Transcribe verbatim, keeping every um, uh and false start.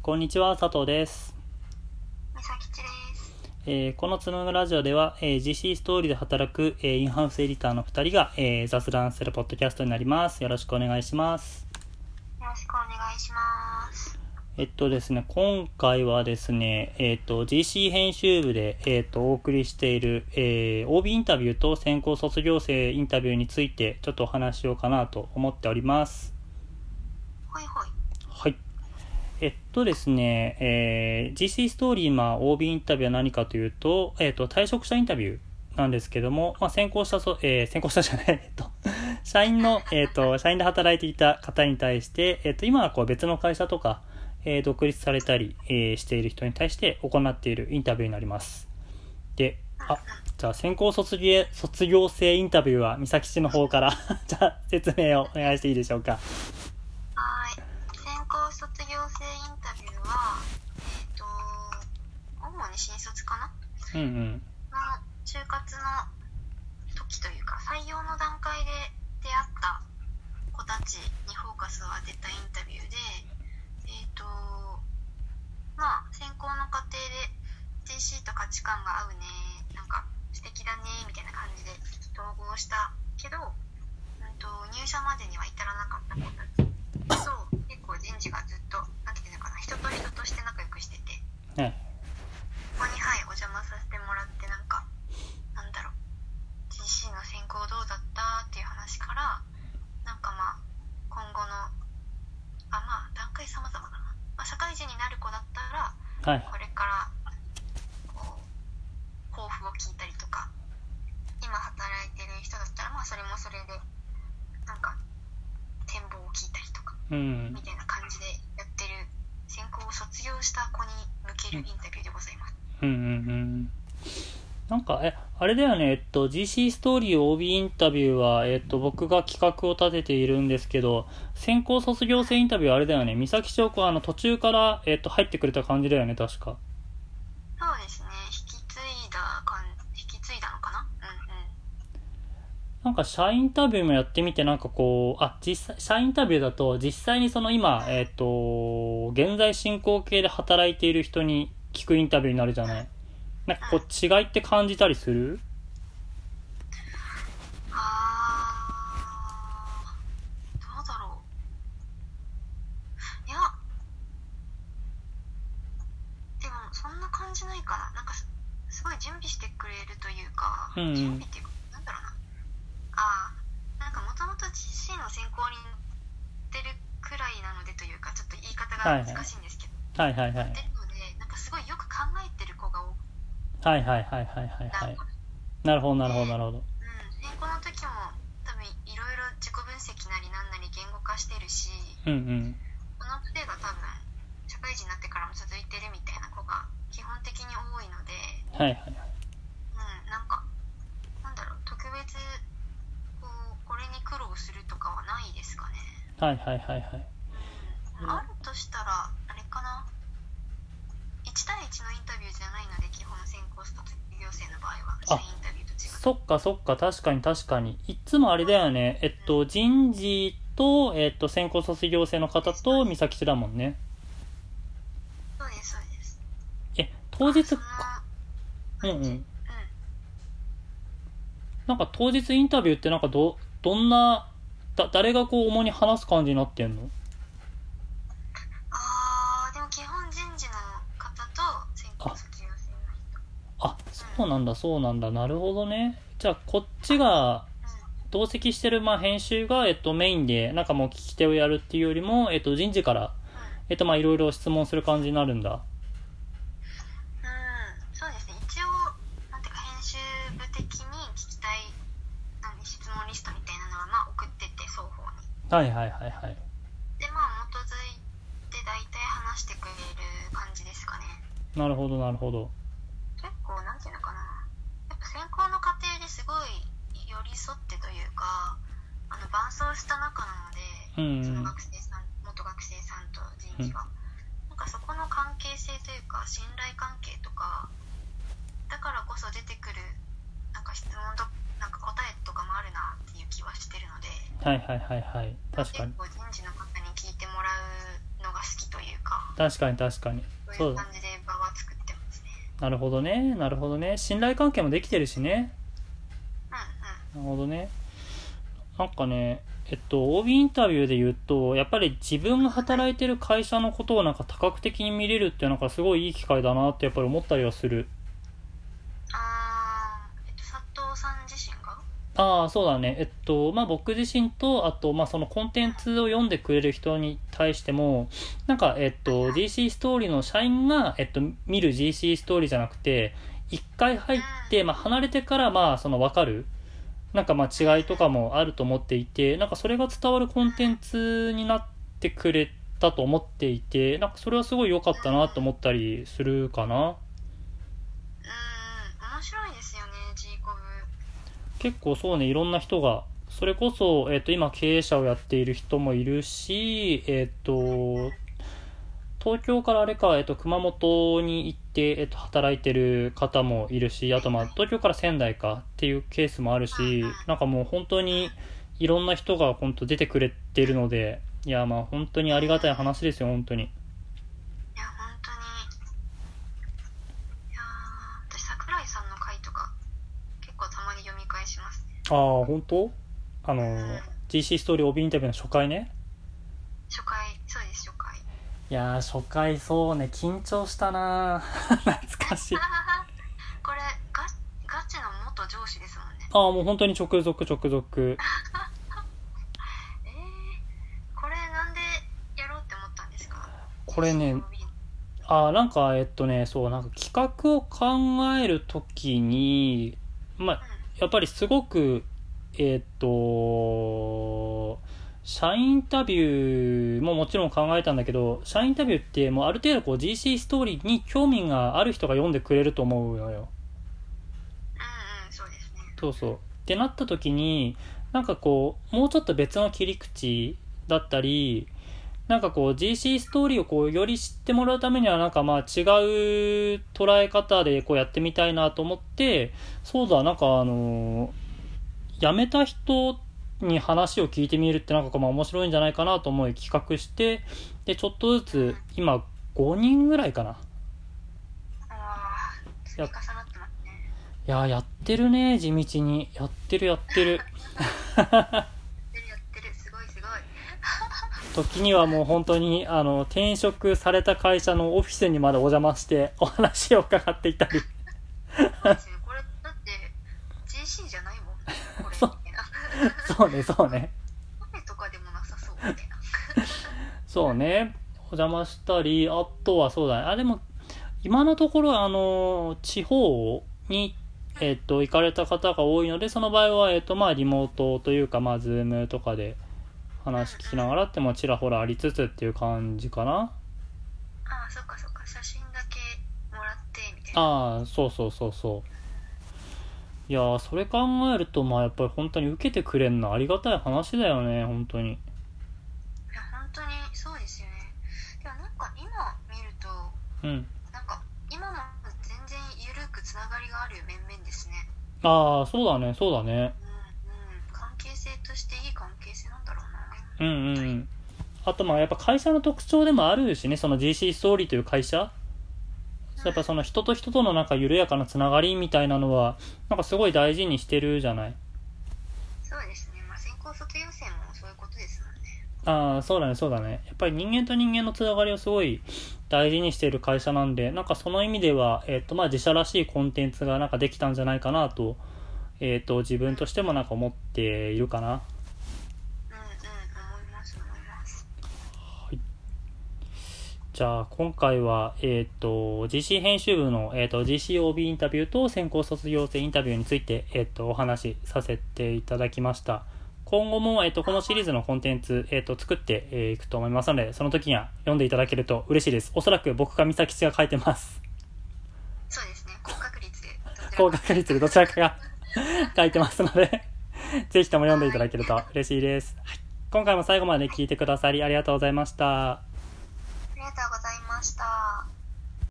こんにちは、佐藤です。 みさきちです。 えー、このつむぐラジオでは、えー、ジーシー ストーリーで働く、えー、インハウスエディターのふたりが、えー、雑談するポッドキャストになります。よろしくお願いします。 よろしくお願いします。 えっとですね、今回はですね、えっと ジーシー 編集部で、えっとお送りしている、えー、オービー インタビューと専攻卒業生インタビューについてちょっとお話ししようかなと思っております。 はいはい。 はい。えっとですね、えー、ジーシー ストーリー、まあ、オービー インタビューは何かというと、えっと、退職者インタビューなんですけども、まあ、先行したそ、えー、先行したじゃない、えっと、社員の、えっと、社員で働いていた方に対して、えっと、今はこう別の会社とか、えー、独立されたり、えー、している人に対して行っているインタビューになります。で、あ、じゃあ、先行卒業、卒業生インタビューは、三崎市の方から、じゃあ、説明をお願いしていいでしょうか。 はい。先行卒業生インタビューは、えっと、主に新卒かなうんうん。 の就活の時というか、採用の段階で出会った子たちにフォーカスを当てたインタビューで、えっと、まあ、専攻の過程で ジーシー と価値観が合うね、なんか素敵だね、みたいな感じで統合したけど、うんと、入社までには至らなかった子たち。そう結構人事がずっとなんていうのかな、人と人として仲良くしてて、 はい。 ここにはいお邪魔させてもらって、なんかなんだろう ジーシー の専攻どうだったっていう話から、なんかまあ今後のあまあ段階様々だな、まあ、社会人になる子だったら、 はい。 これからこう抱負を聞いたりとか、今働いてる人だったらまあそれもそれでなんか展望を聞いたりとか、 うん。 みたいな感じでやってる専攻を卒業した子に向けるインタビューでございます。 うんうんうん。なんか、え、あれだよね、えっと、ジーシー ストーリー オービー インタビューは、えっと、僕が企画を立てているんですけど、先行卒業生インタビューはあれだよね、三崎翔子はあの途中から、えっと、入ってくれた感じだよね、確か。 そうですね、引き継いだかん引き継いだのかな。うんうん。 なんか、社員インタビューもやってみて、なんかこう、あ、実際、社員インタビューだと、実際にその今、えっと、現在進行形で働いている人に聞くインタビューになるじゃない。なんかこう、違いって感じたりする？ あー、どうだろう。いや、でもそんな感じないかな。なんかすすごい準備してくれるというか、 うんうん準備っていうか、なんだろうな。あー、なんかもともと ジーシー の専攻に乗ってるくらいなのでというか、ちょっと言い方が難しいんですけど、 はいはいはい。 でので、なんかすごいよく考えてる子が多くはいはいはいはいはいはい。 なるなるほどなるほどなるほど。 うん、専攻の時も多分いろいろ自己分析なりなんなり言語化してるし、 うんうん。 そのプレーが多分社会人になってからも続いてるみたいな子が基本的に多いので、 はいはいはい。 うん、なんかなんだろう、特別こうこれに苦労するとかはないですかね。 はいはいはいはい。 うん、あるとしたらあれかな、いち対いちのインタビューじゃないので、基本専攻卒業生の場合は社員インタビューと違う。 そっかそっか、確かに確かに。いつもあれだよね。えっと、人事と、えっと、先行卒業生の方と三崎市だもんね。 そうですそうです。 え、当日そのか。うんうん。 うんなんか当日インタビューってなんかど、どんな、だ、誰がこう主に話す感じになってんの？ あー、でも基本人事の方と専攻あ、 卒業生の人。 あ、そうなんだそうなんだ。なるほどね。じゃあこっちが、同席してる、まあ、編集が、えっと、メインで、なんかもう聞き手をやるっていうよりも、えっと、人事から、えっと、まあ、いろいろ質問する感じになるんだ。 うん、うん、そうですね。一応なんていうか、編集部的に聞きたい何質問リストみたいなのはまあ送ってて、双方に。 はいはいはいはい。 でまあ基づいて大体話してくれる感じですかね。 なるほどなるほど。 結構なんていうのかな、やっぱ専攻の過程ですごい寄り添ってというか、あの伴走した仲なので、 うんうんその学生さん元学生さんと人事が、なんかそこの関係性というか信頼関係とか、だからこそ出てくるなんか質問となんか答えとかもあるなっていう気はしてるので、 はいはいはいはい。確かに。 結構人事の方に聞いてもらうのが好きというか、 確かに確かに。 そういう感じで場は作ってますね。 なるほどね、なるほどね。信頼関係もできてるしね。 うんうん。 なるほどね。なんかね、えっと オービー インタビューで言うと、やっぱり自分が働いてる会社のことをなんか多角的に見れるってなんかすごいいい機会だなってやっぱり思ったりはする。 あー、えっと佐藤さん自身が。 ああ、そうだね。えっと、まあ、僕自身と、あと、まあ、そのコンテンツを読んでくれる人に対しても、なんか、えっと、ジーシー ストーリーの社員が、えっと、見る ジーシー ストーリーじゃなくて、一回入って、まあ、離れてから、まあ、その、わかる、なんか、まあ、違いとかもあると思っていて、なんか、それが伝わるコンテンツになってくれたと思っていて、なんか、それはすごい良かったなと思ったりするかな。 うんうん、面白いですよね、ジーコブ。 結構そうね、いろんな人が、それこそ、えっと、今経営者をやっている人もいるし、えっと、東京からあれか、えっと、熊本に行って、えっと、働いてる方もいるし、あと、まあ、東京から仙台かっていうケースもあるし、なんかもう本当にいろんな人が本当出てくれてるので、いや、まあ、本当にありがたい話ですよ、本当に。 いや、本当に。いやー、私、桜井さんの回とか、結構たまに読み返しますね。 ああ、本当あの、ジーシー ストーリー オービー インタビューの初回ね。 初回、そうです、初回。 いやー、初回そうね、緊張したな懐かしい。 これガ、ガチの元上司ですもんね。 ああ、もう本当に直属直属。 えー、これなんでやろうって思ったんですか？ これね、ああ、なんか、えっとね、そう、なんか企画を考えるときに、まあ、やっぱりすごく、えっと、社員インタビューももちろん考えたんだけど、社員インタビューってもうある程度こう ジーシー ストーリーに興味がある人が読んでくれると思うのよ。 うんうん、そうですね。 そうそう。ってなった時に、なんかこう、もうちょっと別の切り口だったり、なんかこう ジーシー ストーリーをこうより知ってもらうためにはなんかまあ違う捉え方でこうやってみたいなと思って、そうだ、なんかあの、辞めた人に話を聞いてみるってなんかまあ面白いんじゃないかなと思い企画して、で、ちょっとずつ今ごにんぐらいかな。 あー、積み重なってますね。 いやー、やってるね、地道に。やってるやってる。 やってるやってる、すごいすごい。 時にはもう本当にあの転職された会社のオフィスにまでお邪魔してお話を伺っていたりそうですね、これだって ジーシー じゃないもん、これそうみたいな。 そうねそうねカフェとかでもなさそうみたいな。 そうね、お邪魔したり、あとはそうだね、あでも今のところあの地方にえっと行かれた方が多いので、その場合はえっとまあリモートというかまあズームとかで話聞きながらってもちらほらありつつっていう感じかな。 ああ、そっかそっか、写真だけもらってみたいな。 ああ、そうそうそうそう。いやー、それ考えるとまあやっぱり本当に受けてくれんのありがたい話だよね、本当に。 いや、本当にそうですよね。いや、なんか今見ると、 うん。 なんか今も全然ゆるくつながりがある面々ですね。 ああ、そうだね、そうだね。 うんうん、関係性としていい関係性なんだろうな。 うんうん。あとまあやっぱ会社の特徴でもあるしね、その ジーシー ストーリーという会社、やっぱその人と人とのなんか緩やかなつながりみたいなのはなんかすごい大事にしてるじゃない。 そうですね、まあ専攻卒業生もそういうことですもんね。 ああ、そうだねそうだね。やっぱり人間と人間のつながりをすごい大事にしている会社なんで、なんかその意味ではえっとまあ自社らしいコンテンツがなんかできたんじゃないかなと、えっと自分としてもなんか思っているかな。 うんうん、思います思います。 はい。じゃあ今回はえっと ジーシー 編集部のえっと ジーシー オービー インタビューと専攻卒業生インタビューについてえっとお話しさせていただきました。今後も、えっと、このシリーズのコンテンツ、えっと、作ってい、えー、くと思いますので、その時には読んでいただけると嬉しいです。おそらく僕か美咲ちが書いてます。 そうですね、高確率で高確率でどちらかが書いてますのでぜひとも読んでいただけると嬉しいです。はい、今回も最後まで聞いてくださりありがとうございました。